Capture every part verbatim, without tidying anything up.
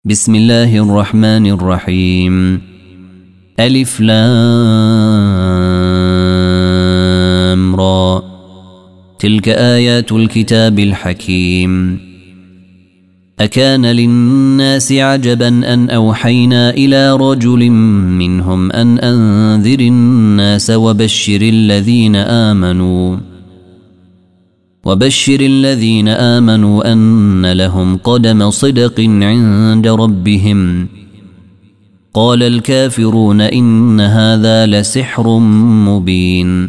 بسم الله الرحمن الرحيم. ألف لام را. تلك آيات الكتاب الحكيم. أكان للناس عجبا أن أوحينا إلى رجل منهم أن أنذر الناس وبشر الذين آمنوا وبشر الذين آمنوا أن لهم قدم صدق عند ربهم. قال الكافرون إن هذا لسحر مبين.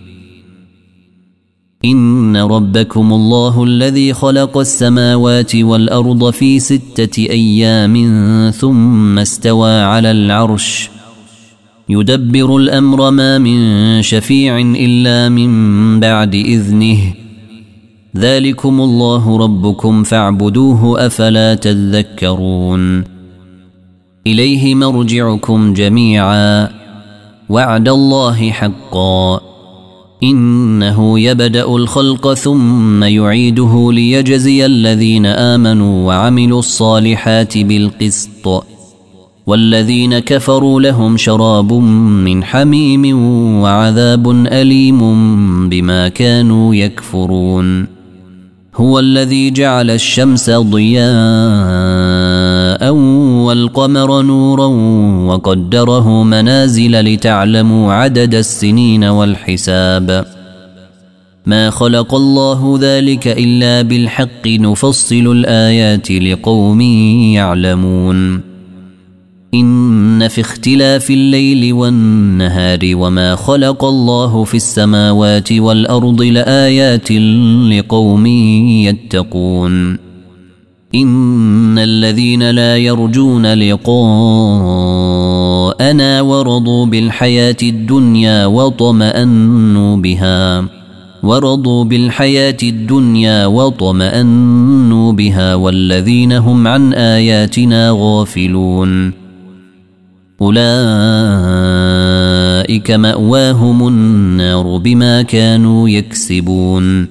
إن ربكم الله الذي خلق السماوات والأرض في ستة أيام ثم استوى على العرش يدبر الأمر ما من شفيع إلا من بعد إذنه. ذلكم الله ربكم فاعبدوه أفلا تذكرون. إليه مرجعكم جميعا وعد الله حقا. إنه يبدأ الخلق ثم يعيده ليجزي الذين آمنوا وعملوا الصالحات بالقسط والذين كفروا لهم شراب من حميم وعذاب أليم بما كانوا يكفرون. هو الذي جعل الشمس ضياء والقمر نورا وقدره منازل لتعلموا عدد السنين والحساب. ما خلق الله ذلك إلا بالحق نفصل الآيات لقوم يعلمون. إن في اختلاف الليل والنهار وما خلق الله في السماوات والأرض لآيات لقوم يتقون. إن الذين لا يرجون لقاءنا ورضوا بالحياة الدنيا وطمأنوا بها ورضوا بالحياة الدنيا وطمأنوا بها والذين هم عن آياتنا غافلون أولئك مأواهم النار بما كانوا يكسبون.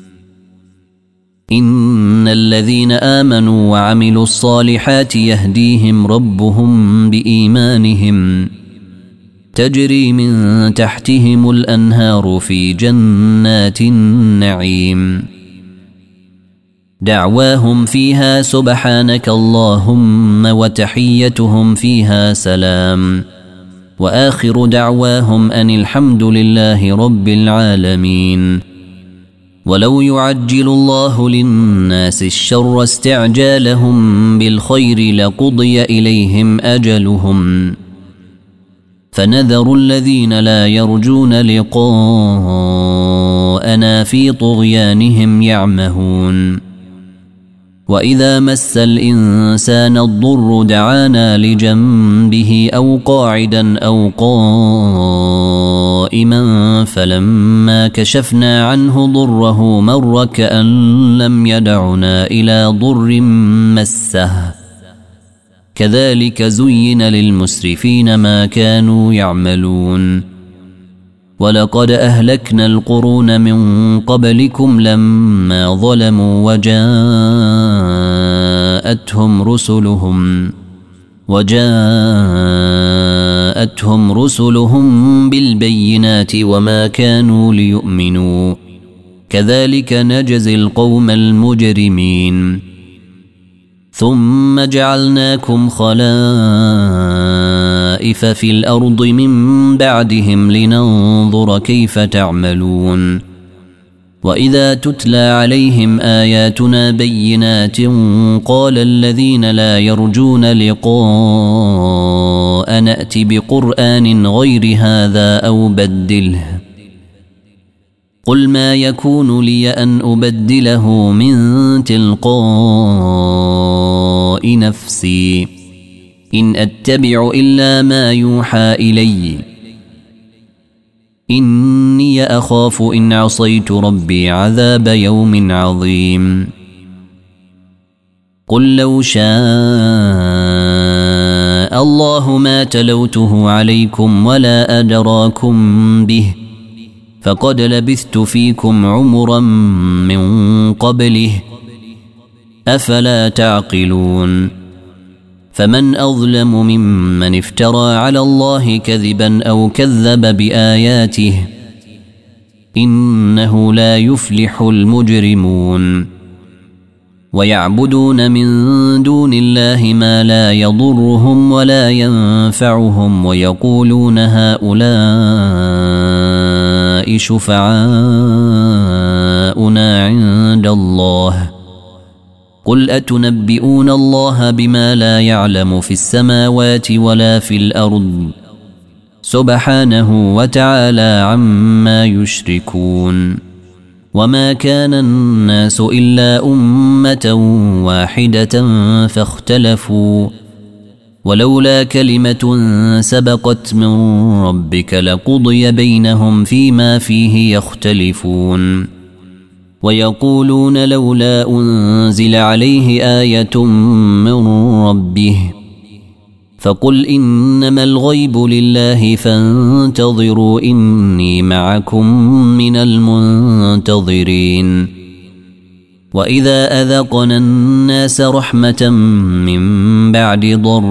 إن الذين آمنوا وعملوا الصالحات يهديهم ربهم بإيمانهم تجري من تحتهم الأنهار في جنات النعيم. دعواهم فيها سبحانك اللهم وتحيتهم فيها سلام وآخر دعواهم أن الحمد لله رب العالمين. ولو يعجل الله للناس الشر استعجالهم بالخير لقضي إليهم أجلهم فنذر الذين لا يرجون لقاءنا في طغيانهم يعمهون. وإذا مس الإنسان الضر دعانا لجنبه أو قاعدا أو قائما فلما كشفنا عنه ضره مر كأن لم يدعنا إلى ضر مسه. كذلك زين للمسرفين ما كانوا يعملون. ولقد أهلكنا القرون من قبلكم لما ظلموا وجاءتهم رسلهم وجاءتهم رسلهم بالبينات وما كانوا ليؤمنوا. كذلك نجزي القوم المجرمين. ثم جعلناكم خلائف في الأرض من بعدهم لننظر كيف تعملون. وإذا تتلى عليهم آياتنا بينات قال الذين لا يرجون لقاء نأت بقرآن غير هذا أو بدله. قل ما يكون لي أن أبدله من تلقاء نفسي إن أتبع إلا ما يوحى إلي إني أخاف إن عصيت ربي عذاب يوم عظيم. قل لو شاء الله ما تلوته عليكم ولا أدراكم به فقد لبثت فيكم عمرا من قبله أفلا تعقلون فمن أظلم ممن افترى على الله كذبا أو كذب بآياته إنه لا يفلح المجرمون ويعبدون من دون الله ما لا يضرهم ولا ينفعهم ويقولون هؤلاء شفعاؤنا عند الله قل أتنبئون الله بما لا يعلم في السماوات ولا في الأرض سبحانه وتعالى عما يشركون وما كان الناس إلا أمة واحدة فاختلفوا ولولا كلمة سبقت من ربك لقضي بينهم فيما فيه يختلفون ويقولون لولا أنزل عليه آية من ربه فقل إنما الغيب لله فانتظروا إني معكم من المنتظرين وإذا أذقنا الناس رحمة من بعد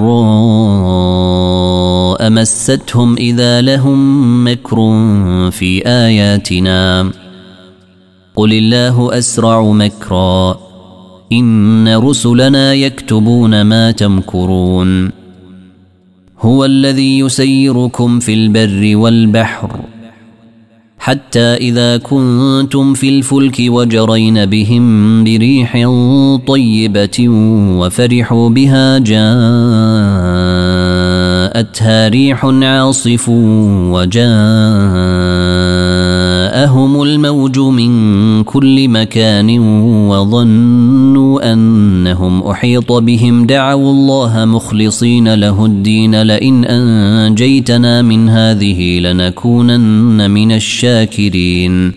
ضراء مستهم إذا لهم مكر في آياتنا قل الله أسرع مكرا إن رسلنا يكتبون ما تمكرون هو الذي يسيركم في البر والبحر حتى إذا كنتم في الفلك وجرين بهم بريح طيبة وفرحوا بها جاءتها ريح عاصف وجاءهم الموج من كل مكان وظنوا أنهم أحيط بهم دعوا الله مخلصين له الدين لئن أنجيتنا من هذه لنكونن من الشاكرين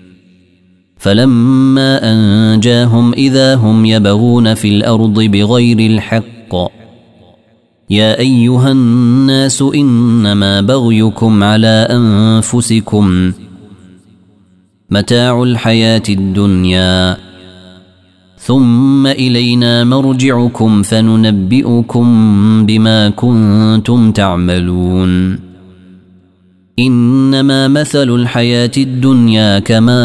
فلما أنجاهم إذا هم يبغون في الأرض بغير الحق يا أيها الناس إنما بغيكم على أنفسكم متاع الحياة الدنيا ثم إلينا مرجعكم فننبئكم بما كنتم تعملون إنما مثل الحياة الدنيا كماء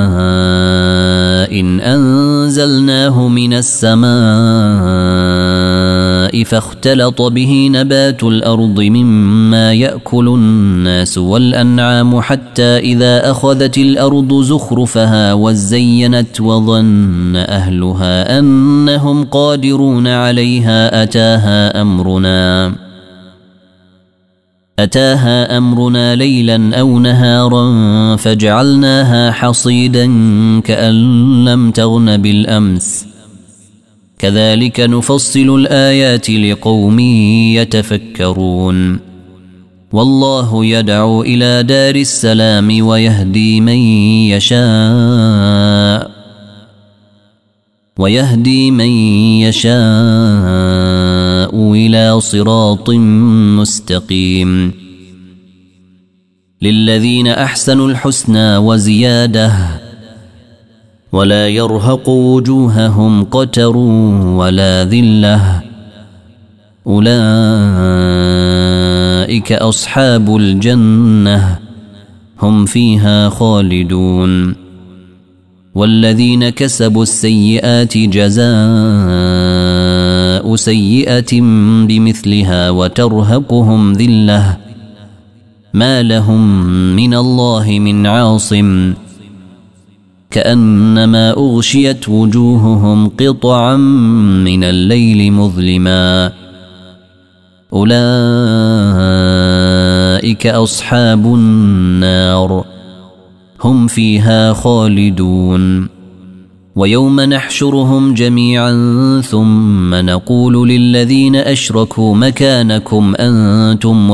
إن أنزلناه من السماء فاختلط به نبات الأرض مما يأكل الناس والأنعام حتى إذا أخذت الأرض زخرفها وزينت وظن أهلها أنهم قادرون عليها أتاها أمرنا أتاها أمرنا ليلا أو نهارا فجعلناها حصيدا كأن لم تغن بالأمس كذلك نفصل الآيات لقوم يتفكرون والله يدعو إلى دار السلام ويهدي من يشاء ويهدي من يشاء إلى صراط مستقيم للذين أحسنوا الحسنى وزيادة ولا يرهق وجوههم قتر ولا ذلة أولئك أصحاب الجنة هم فيها خالدون والذين كسبوا السيئات جزاء سيئة بمثلها وترهقهم ذلة ما لهم من الله من عاصم كأنما أغشيت وجوههم قطعا من الليل مظلما أولئك أصحاب النار هم فيها خالدون ويوم نحشرهم جميعا ثم نقول للذين أشركوا مكانكم أنتم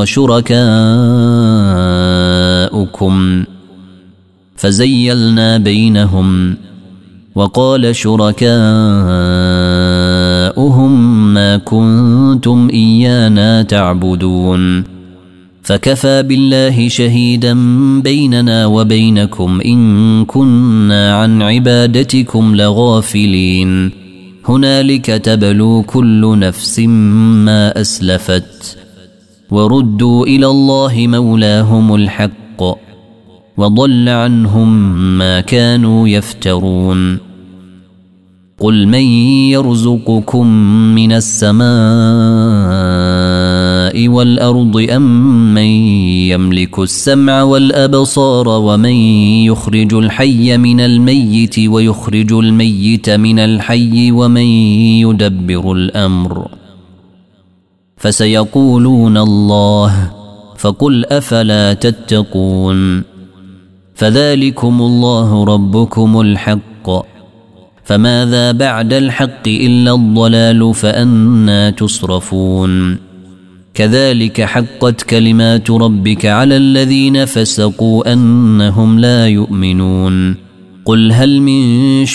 وشركاؤكم فزيلنا بينهم وقال شركاؤهم ما كنتم إيانا تعبدون فكفى بالله شهيدا بيننا وبينكم إن كنا عن عبادتكم لغافلين هنالك تبلو كل نفس ما أسلفت وردوا إلى الله مولاهم الحق وضل عنهم ما كانوا يفترون قل من يرزقكم من السماء والأرض أم من يملك السمع والأبصار ومن يخرج الحي من الميت ويخرج الميت من الحي ومن يدبر الأمر فسيقولون الله فقل أفلا تتقون فذلكم الله ربكم الحق فماذا بعد الحق إلا الضلال فأنى تصرفون كذلك حقت كلمات ربك على الذين فسقوا أنهم لا يؤمنون قل هل من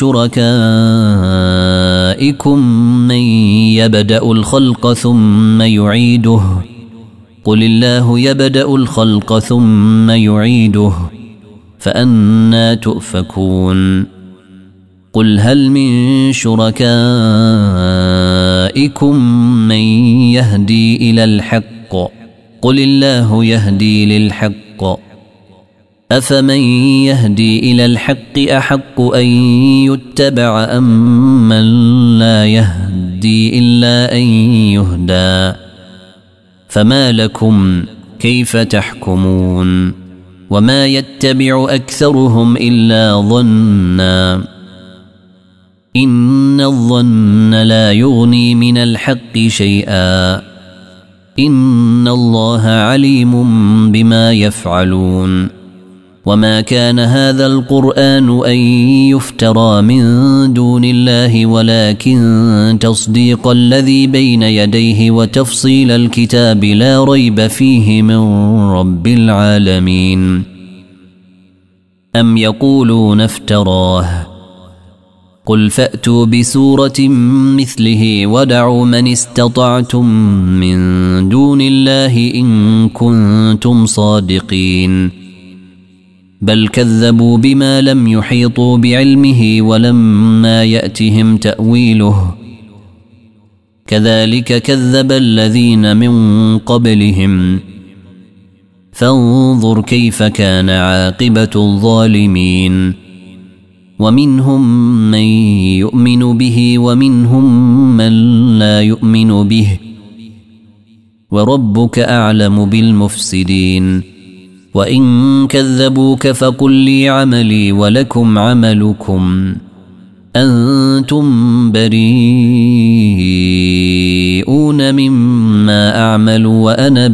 شركائكم من يبدأ الخلق ثم يعيده قل الله يبدأ الخلق ثم يعيده فأنى تؤفكون قل هل من شركائكم من يهدي إلى الحق قل الله يهدي للحق أفمن يهدي إلى الحق أحق أن يتبع أم من لا يهدي إلا أن يهدى فما لكم كيف تحكمون وما يتبع أكثرهم إلا ظنّا إن الظن لا يغني من الحق شيئا إن الله عليم بما يفعلون وما كان هذا القرآن أن يفترى من دون الله ولكن تصديق الذي بين يديه وتفصيل الكتاب لا ريب فيه من رب العالمين أم يقولون افتراه قل فأتوا بسورة مثله ودعوا من استطعتم من دون الله إن كنتم صادقين بل كذبوا بما لم يحيطوا بعلمه ولما يأتهم تأويله كذلك كذب الذين من قبلهم فانظر كيف كان عاقبة الظالمين ومنهم من يؤمن به ومنهم من لا يؤمن به وربك أعلم بالمفسدين وإن كذبوك فقل لي عملي ولكم عملكم أنتم بريئون مما أعمل وأنا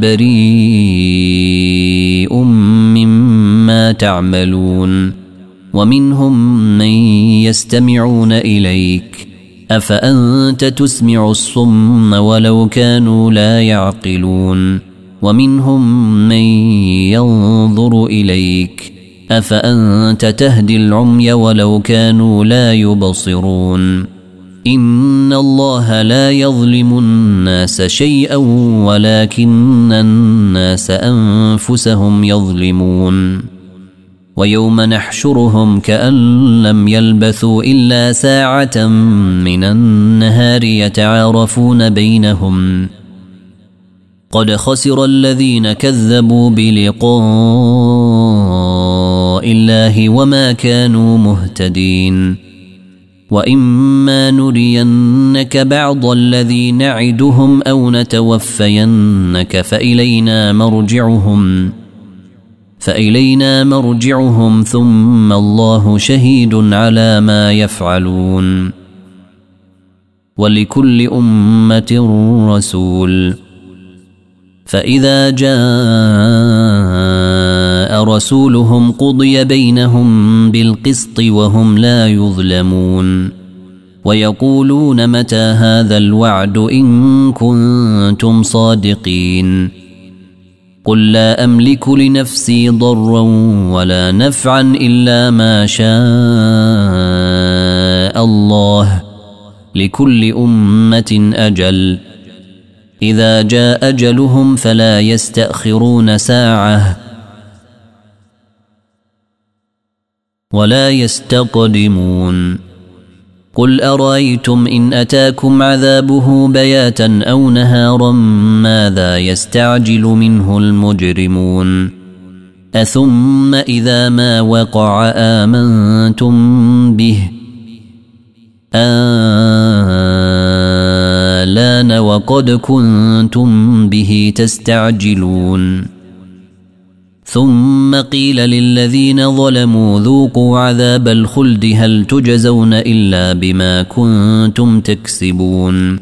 بريء مما تعملون ومنهم من يستمعون إليك أفأنت تسمع الصم ولو كانوا لا يعقلون ومنهم من ينظر إليك أفأنت تهدي العمي ولو كانوا لا يبصرون إن الله لا يظلم الناس شيئا ولكن الناس أنفسهم يظلمون ويوم نحشرهم كأن لم يلبثوا إلا ساعة من النهار يتعارفون بينهم قد خسر الذين كذبوا بلقاء الله وما كانوا مهتدين وإما نرينك بعض الذي نعدهم أو نتوفينك فإلينا مرجعهم فإلينا مرجعهم ثم الله شهيد على ما يفعلون ولكل أمة رسول فإذا جاء رسولهم قضي بينهم بالقسط وهم لا يظلمون ويقولون متى هذا الوعد إن كنتم صادقين قل لا أملك لنفسي ضرا ولا نفعا إلا ما شاء الله لكل أمة أجل إذا جاء أجلهم فلا يستأخرون ساعة ولا يستقدمون قل أرأيتم إن أتاكم عذابه بياتا أو نهارا ماذا يستعجل منه المجرمون أثم إذا ما وقع آمنتم به آلان وقد كنتم به تستعجلون ثم قيل للذين ظلموا ذوقوا عذاب الخلد هل تجزون إلا بما كنتم تكسبون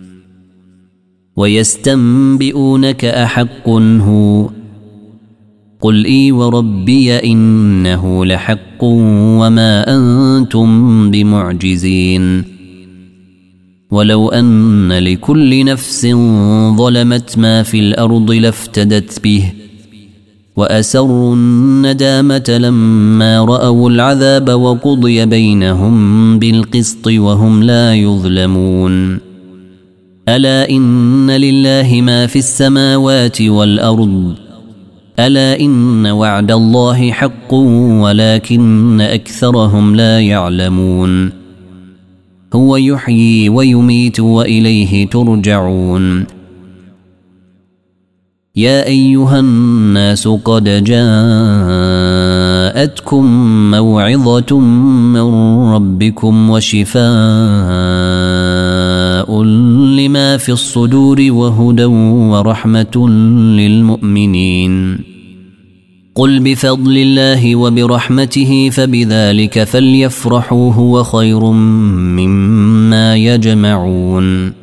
ويستنبئونك أحق هو قل إي وربي إنه لحق وما أنتم بمعجزين ولو أن لكل نفس ظلمت ما في الأرض لافتدت به وأسروا الندامة لما رأوا العذاب وقضي بينهم بالقسط وهم لا يظلمون ألا إن لله ما في السماوات والأرض ألا إن وعد الله حق ولكن أكثرهم لا يعلمون هو يحيي ويميت وإليه ترجعون يا أيها الناس قد جاءتكم موعظة من ربكم وشفاء لما في الصدور وهدى ورحمة للمؤمنين قل بفضل الله وبرحمته فبذلك فليفرحوا هو خير مما يجمعون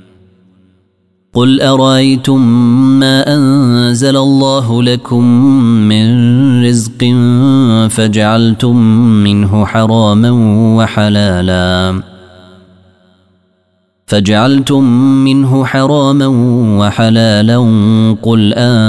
قل أرأيتم ما أنزل الله لكم من رزق فجعلتم منه حراما وحلالا فجعلتم منه حراما وحلالا قل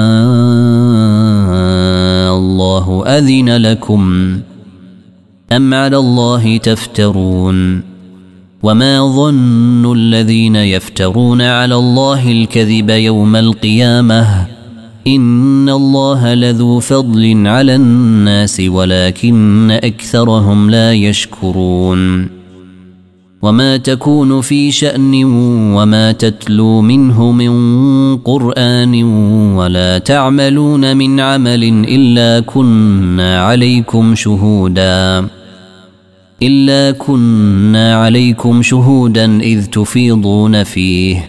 آه الله أذن لكم أم على الله تفترون وما ظن الذين يفترون على الله الكذب يوم القيامة إن الله لذو فضل على الناس ولكن أكثرهم لا يشكرون وما تكون في شأن وما تتلو منه من قرآن ولا تعملون من عمل إلا كنا عليكم شهودا إلا كنا عليكم شهودا إذ تفيضون فيه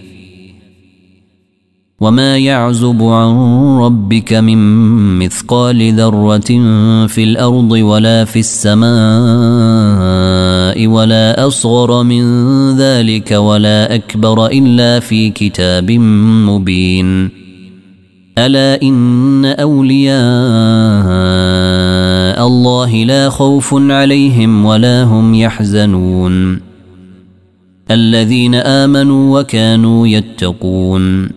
وما يعزب عن ربك من مثقال ذرة في الأرض ولا في السماء ولا أصغر من ذلك ولا أكبر إلا في كتاب مبين ألا إن أولياء الله لا خوف عليهم ولا هم يحزنون الذين آمنوا وكانوا يتقون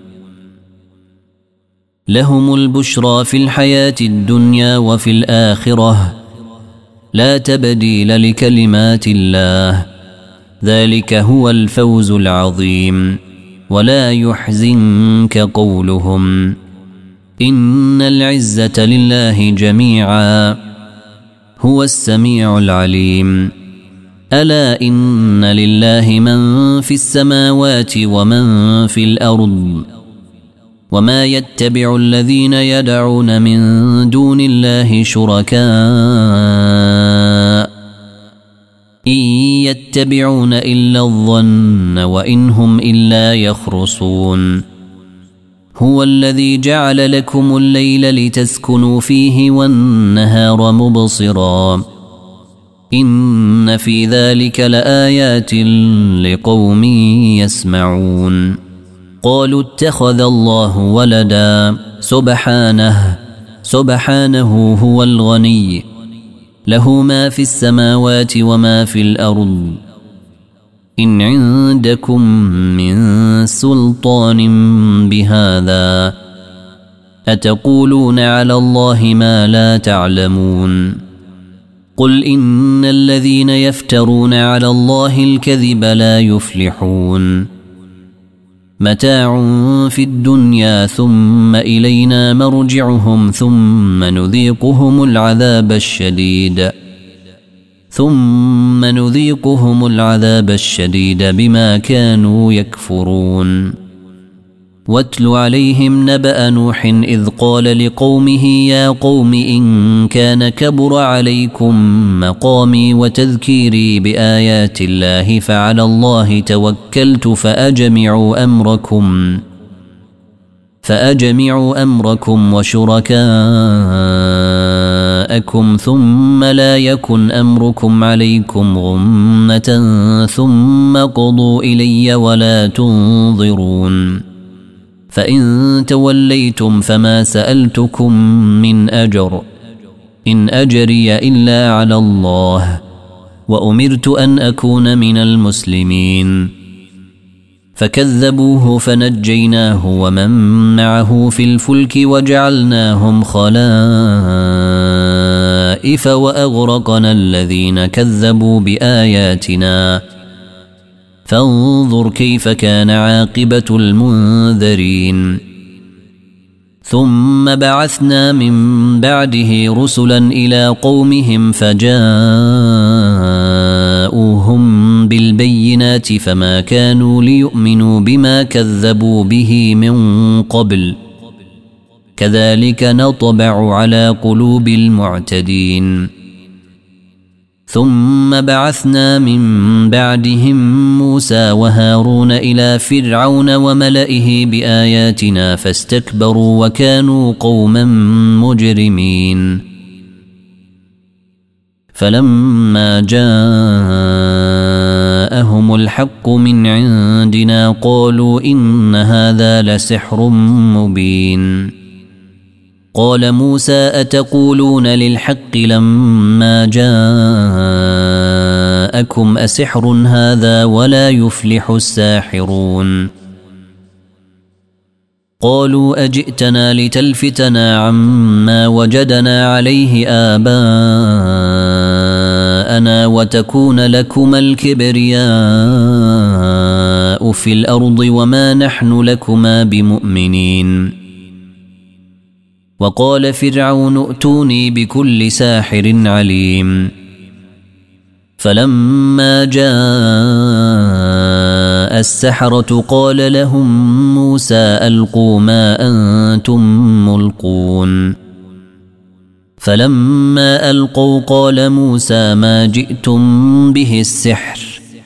لهم البشرى في الحياة الدنيا وفي الآخرة لا تبديل لكلمات الله ذلك هو الفوز العظيم ولا يحزنك قولهم إن العزة لله جميعا هو السميع العليم ألا إن لله من في السماوات ومن في الأرض وما يتبع الذين يدعون من دون الله شركاء إن يتبعون إلا الظن وإن هم إلا يخرصون هو الذي جعل لكم الليل لتسكنوا فيه والنهار مبصرا إن في ذلك لآيات لقوم يسمعون قالوا اتخذ الله ولدا سبحانه سبحانه هو الغني له ما في السماوات وما في الأرض إن عندكم من سلطان بهذا أتقولون على الله ما لا تعلمون قل إن الذين يفترون على الله الكذب لا يفلحون متاع في الدنيا ثم إلينا مرجعهم ثم نذيقهم العذاب الشديد ثم نذيقهم العذاب الشديد بما كانوا يكفرون. واتل عليهم نبأ نوح إذ قال لقومه يا قوم إن كان كبر عليكم مقامي وتذكيري بآيات الله فعلى الله توكلت فأجمعوا أمركم فأجمعوا أمركم وشركاءكم ثم لا يكن أمركم عليكم غمة ثم قضوا إلي ولا تنظرون. فإن توليتم فما سألتكم من أجر إن أجري إلا على الله وأمرت أن أكون من المسلمين. فكذبوه فنجيناه ومن معه في الفلك وجعلناهم خلائف وأغرقنا الذين كذبوا بآياتنا فانظر كيف كان عاقبة المنذرين. ثم بعثنا من بعده رسلا إلى قومهم فجاءوهم بالبينات فما كانوا ليؤمنوا بما كذبوا به من قبل كذلك نطبع على قلوب المعتدين. ثم بعثنا من بعدهم موسى وهارون إلى فرعون وملئه بآياتنا فاستكبروا وكانوا قوما مجرمين. فلما جاءهم الحق من عندنا قالوا إن هذا لسحر مبين. قال موسى أتقولون للحق لما جاءكم أسحر هذا ولا يفلح الساحرون. قالوا أجئتنا لتلفتنا عما وجدنا عليه آباءنا وتكون لكما الكبرياء في الأرض وما نحن لكما بمؤمنين. وقال فرعون ائتوني بكل ساحر عليم. فلما جاء السحرة قال لهم موسى ألقوا ما أنتم ملقون. فلما ألقوا قال موسى ما جئتم به السحر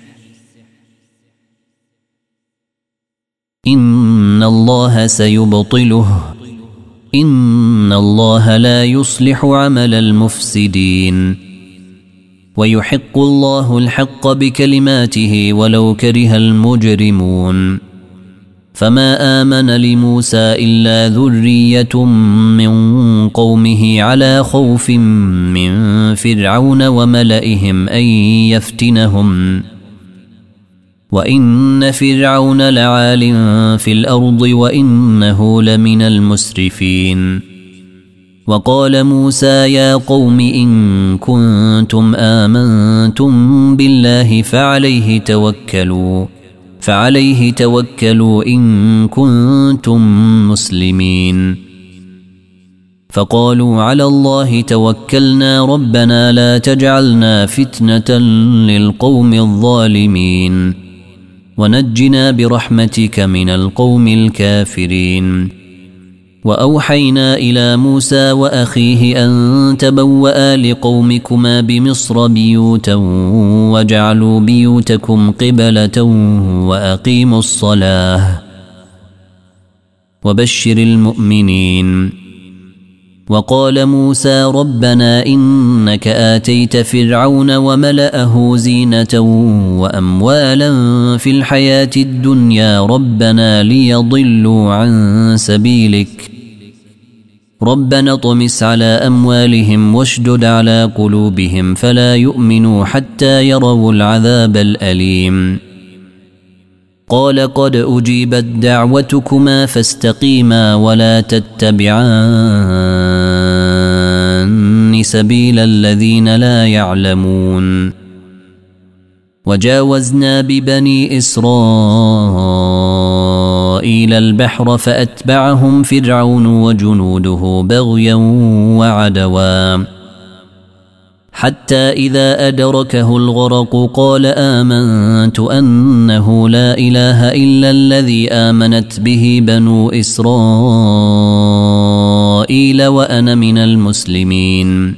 إن الله سيبطله إن الله لا يصلح عمل المفسدين ويحق الله الحق بكلماته ولو كره المجرمون. فما آمن لموسى إلا ذرية من قومه على خوف من فرعون وملئهم أن يفتنهم وإن فرعون لعال في الأرض وإنه لمن المسرفين. وقال موسى يا قوم إن كنتم آمنتم بالله فعليه توكلوا فعليه توكلوا إن كنتم مسلمين. فقالوا على الله توكلنا ربنا لا تجعلنا فتنة للقوم الظالمين ونجنا برحمتك من القوم الكافرين. وأوحينا إلى موسى وأخيه أن تبوأ لقومكما بمصر بيوتا وجعلوا بيوتكم قبلة وأقيموا الصلاة وبشر المؤمنين. وقال موسى ربنا إنك آتيت فرعون وملأه زينة وأموالا في الحياة الدنيا ربنا ليضلوا عن سبيلك ربنا اطمس على أموالهم واشدد على قلوبهم فلا يؤمنوا حتى يروا العذاب الأليم. قال قد أجيبت دعوتكما فاستقيما ولا تتبعان سبيل الذين لا يعلمون. وجاوزنا ببني إسرائيل البحر فأتبعهم فرعون وجنوده بغيا وعدوا حتى إذا أدركه الغرق قال آمنت أنه لا إله إلا الذي آمنت به بنو إسرائيل وأنا من المسلمين.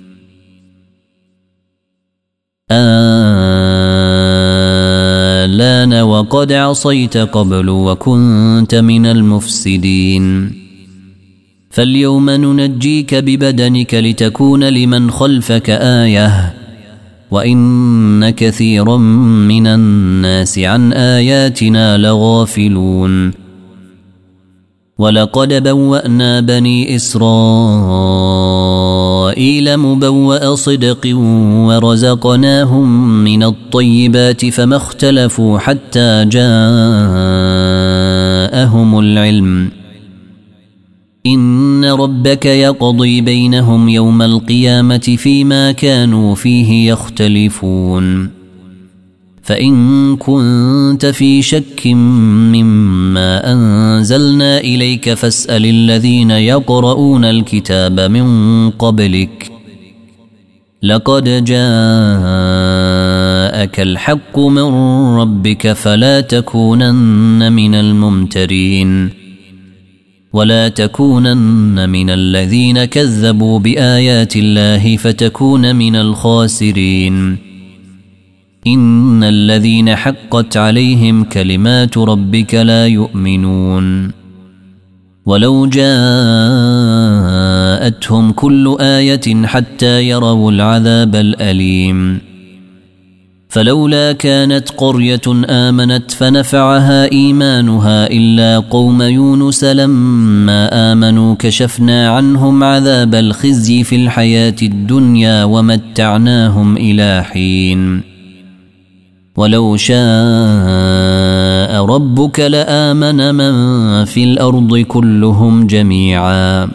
آلان وقد عصيت قبل وكنت من المفسدين. فاليوم ننجيك ببدنك لتكون لمن خلفك آية وإن كثيرا من الناس عن آياتنا لغافلون. ولقد بوأنا بني إسرائيل مبوأ صدق ورزقناهم من الطيبات فما اختلفوا حتى جاءهم العلم. إن ربك يقضي بينهم يوم القيامة فيما كانوا فيه يختلفون. فإن كنت في شك مما أنزلنا إليك فاسأل الذين يقرؤون الكتاب من قبلك لقد جاءك الحق من ربك فلا تكونن من الممترين ولا تكونن من الذين كذبوا بآيات الله فتكون من الخاسرين. إن الذين حقت عليهم كلمات ربك لا يؤمنون ولو جاءتهم كل آية حتى يروا العذاب الأليم. فلولا كانت قرية آمنت فنفعها إيمانها إلا قوم يونس لما آمنوا كشفنا عنهم عذاب الخزي في الحياة الدنيا ومتعناهم إلى حين. ولو شاء ربك لآمن من في الأرض كلهم جميعا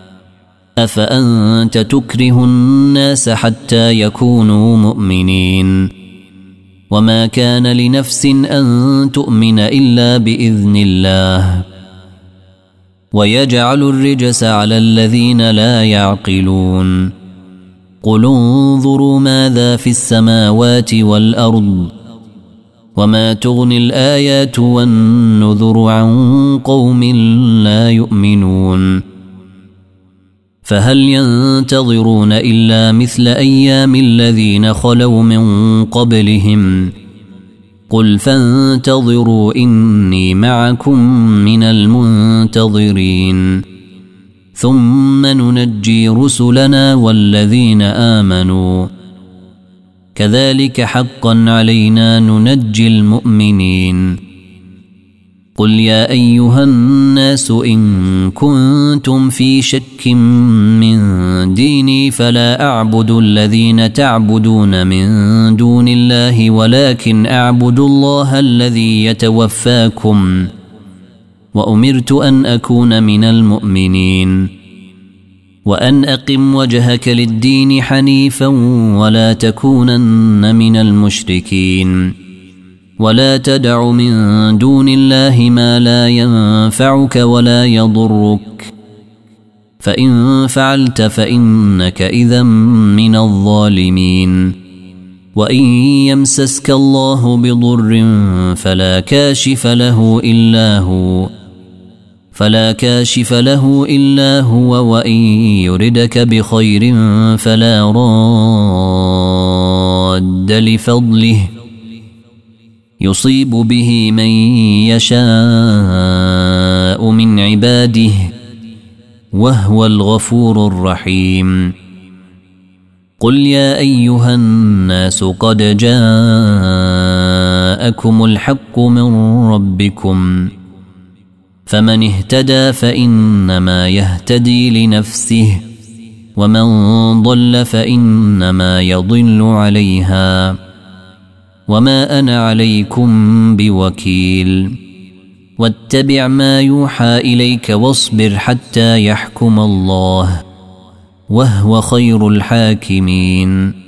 أفأنت تكره الناس حتى يكونوا مؤمنين. وما كان لنفس أن تؤمن إلا بإذن الله ويجعل الرجس على الذين لا يعقلون. قل انظروا ماذا في السماوات والأرض وما تغني الآيات والنذر عن قوم لا يؤمنون. فهل ينتظرون إلا مثل أيام الذين خلوا من قبلهم قل فانتظروا إني معكم من المنتظرين ثم ننجي رسلنا والذين آمنوا كذلك حقا علينا ننجي المؤمنين. قل يا أيها الناس إن كنتم في شك من ديني فلا أعبد الذين تعبدون من دون الله ولكن أعبد الله الذي يتوفاكم وأمرت أن أكون من المؤمنين وأن أقم وجهك للدين حنيفا ولا تكونن من المشركين ولا تدع من دون الله ما لا ينفعك ولا يضرك فإن فعلت فإنك إذا من الظالمين. وإن يمسسك الله بضر فلا كاشف له إلا هو فلا كاشف له إلا هو وإن يردك بخير فلا راد لفضله يصيب به من يشاء من عباده وهو الغفور الرحيم. قل يا أيها الناس قد جاءكم الحق من ربكم فمن اهتدى فإنما يهتدي لنفسه ومن ضل فإنما يضل عليها وما أنا عليكم بوكيل. واتبع ما يوحى إليك واصبر حتى يحكم الله وهو خير الحاكمين.